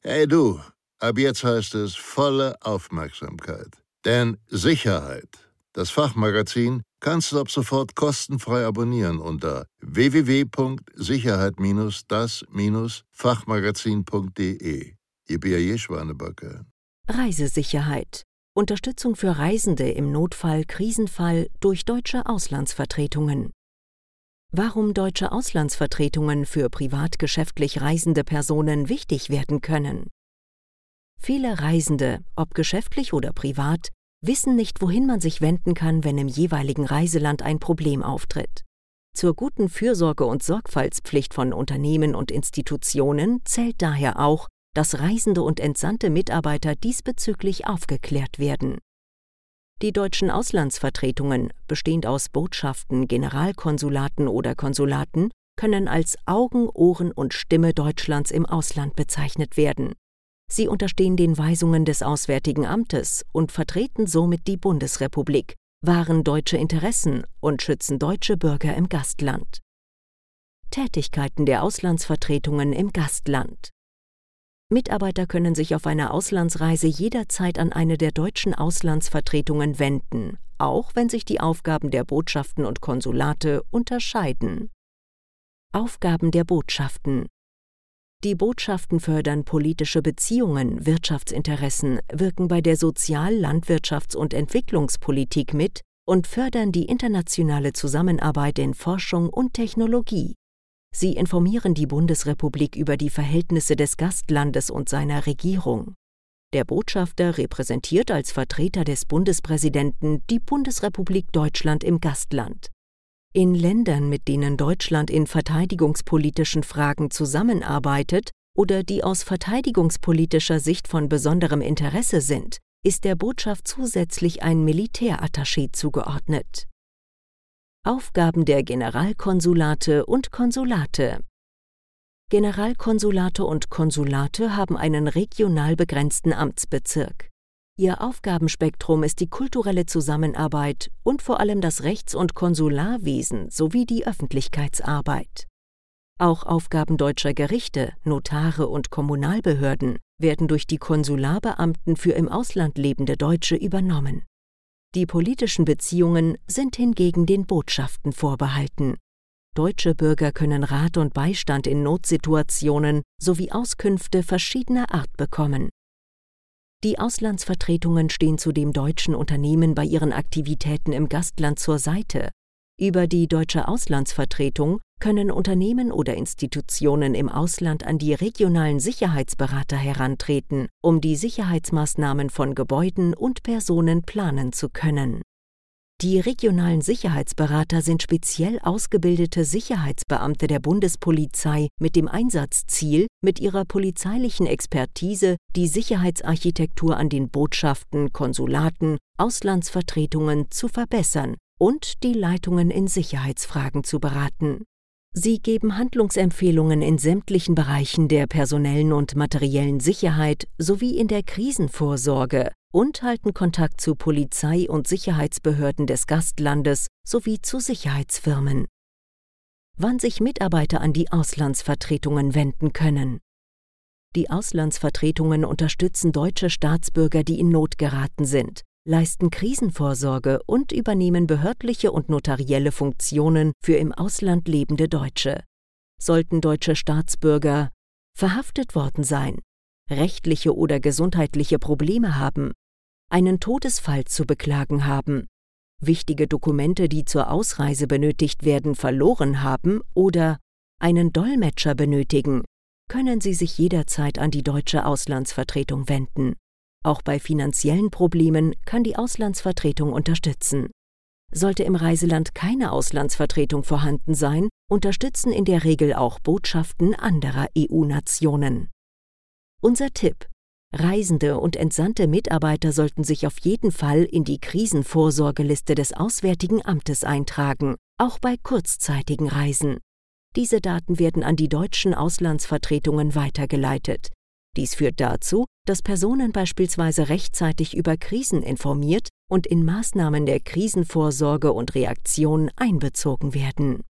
Hey du, ab jetzt heißt es volle Aufmerksamkeit. Denn Sicherheit, das Fachmagazin, kannst du ab sofort kostenfrei abonnieren unter www.sicherheit-das-fachmagazin.de. Ihr B.A.J. Schwanebacke. Reisesicherheit. Unterstützung für Reisende im Notfall, Krisenfall durch deutsche Auslandsvertretungen. Warum deutsche Auslandsvertretungen für privatgeschäftlich reisende Personen wichtig werden können. Viele Reisende, ob geschäftlich oder privat, wissen nicht, wohin man sich wenden kann, wenn im jeweiligen Reiseland ein Problem auftritt. Zur guten Fürsorge und Sorgfaltspflicht von Unternehmen und Institutionen zählt daher auch, dass reisende und entsandte Mitarbeiter diesbezüglich aufgeklärt werden. Die deutschen Auslandsvertretungen, bestehend aus Botschaften, Generalkonsulaten oder Konsulaten, können als Augen, Ohren und Stimme Deutschlands im Ausland bezeichnet werden. Sie unterstehen den Weisungen des Auswärtigen Amtes und vertreten somit die Bundesrepublik, wahren deutsche Interessen und schützen deutsche Bürger im Gastland. Tätigkeiten der Auslandsvertretungen im Gastland. Mitarbeiter können sich auf einer Auslandsreise jederzeit an eine der deutschen Auslandsvertretungen wenden, auch wenn sich die Aufgaben der Botschaften und Konsulate unterscheiden. Aufgaben der Botschaften. Die Botschaften fördern politische Beziehungen, Wirtschaftsinteressen, wirken bei der Sozial-, Landwirtschafts- und Entwicklungspolitik mit und fördern die internationale Zusammenarbeit in Forschung und Technologie. Sie informieren die Bundesrepublik über die Verhältnisse des Gastlandes und seiner Regierung. Der Botschafter repräsentiert als Vertreter des Bundespräsidenten die Bundesrepublik Deutschland im Gastland. In Ländern, mit denen Deutschland in verteidigungspolitischen Fragen zusammenarbeitet oder die aus verteidigungspolitischer Sicht von besonderem Interesse sind, ist der Botschaft zusätzlich ein Militärattaché zugeordnet. Aufgaben der Generalkonsulate und Konsulate. Generalkonsulate und Konsulate haben einen regional begrenzten Amtsbezirk. Ihr Aufgabenspektrum ist die kulturelle Zusammenarbeit und vor allem das Rechts- und Konsularwesen sowie die Öffentlichkeitsarbeit. Auch Aufgaben deutscher Gerichte, Notare und Kommunalbehörden werden durch die Konsularbeamten für im Ausland lebende Deutsche übernommen. Die politischen Beziehungen sind hingegen den Botschaften vorbehalten. Deutsche Bürger können Rat und Beistand in Notsituationen sowie Auskünfte verschiedener Art bekommen. Die Auslandsvertretungen stehen zudem deutschen Unternehmen bei ihren Aktivitäten im Gastland zur Seite. Über die deutsche Auslandsvertretung können Unternehmen oder Institutionen im Ausland an die regionalen Sicherheitsberater herantreten, um die Sicherheitsmaßnahmen von Gebäuden und Personen planen zu können. Die regionalen Sicherheitsberater sind speziell ausgebildete Sicherheitsbeamte der Bundespolizei mit dem Einsatzziel, mit ihrer polizeilichen Expertise die Sicherheitsarchitektur an den Botschaften, Konsulaten, Auslandsvertretungen zu verbessern und die Leitungen in Sicherheitsfragen zu beraten. Sie geben Handlungsempfehlungen in sämtlichen Bereichen der personellen und materiellen Sicherheit sowie in der Krisenvorsorge und halten Kontakt zu Polizei- und Sicherheitsbehörden des Gastlandes sowie zu Sicherheitsfirmen. Wann sich Mitarbeiter an die Auslandsvertretungen wenden können. Die Auslandsvertretungen unterstützen deutsche Staatsbürger, die in Not geraten sind, leisten Krisenvorsorge und übernehmen behördliche und notarielle Funktionen für im Ausland lebende Deutsche. Sollten deutsche Staatsbürger verhaftet worden sein, rechtliche oder gesundheitliche Probleme haben, einen Todesfall zu beklagen haben, wichtige Dokumente, die zur Ausreise benötigt werden, verloren haben oder einen Dolmetscher benötigen, können sie sich jederzeit an die deutsche Auslandsvertretung wenden. Auch bei finanziellen Problemen kann die Auslandsvertretung unterstützen. Sollte im Reiseland keine Auslandsvertretung vorhanden sein, unterstützen in der Regel auch Botschaften anderer EU-Nationen. Unser Tipp: Reisende und entsandte Mitarbeiter sollten sich auf jeden Fall in die Krisenvorsorgeliste des Auswärtigen Amtes eintragen, auch bei kurzzeitigen Reisen. Diese Daten werden an die deutschen Auslandsvertretungen weitergeleitet. Dies führt dazu, dass Personen beispielsweise rechtzeitig über Krisen informiert und in Maßnahmen der Krisenvorsorge und Reaktion einbezogen werden.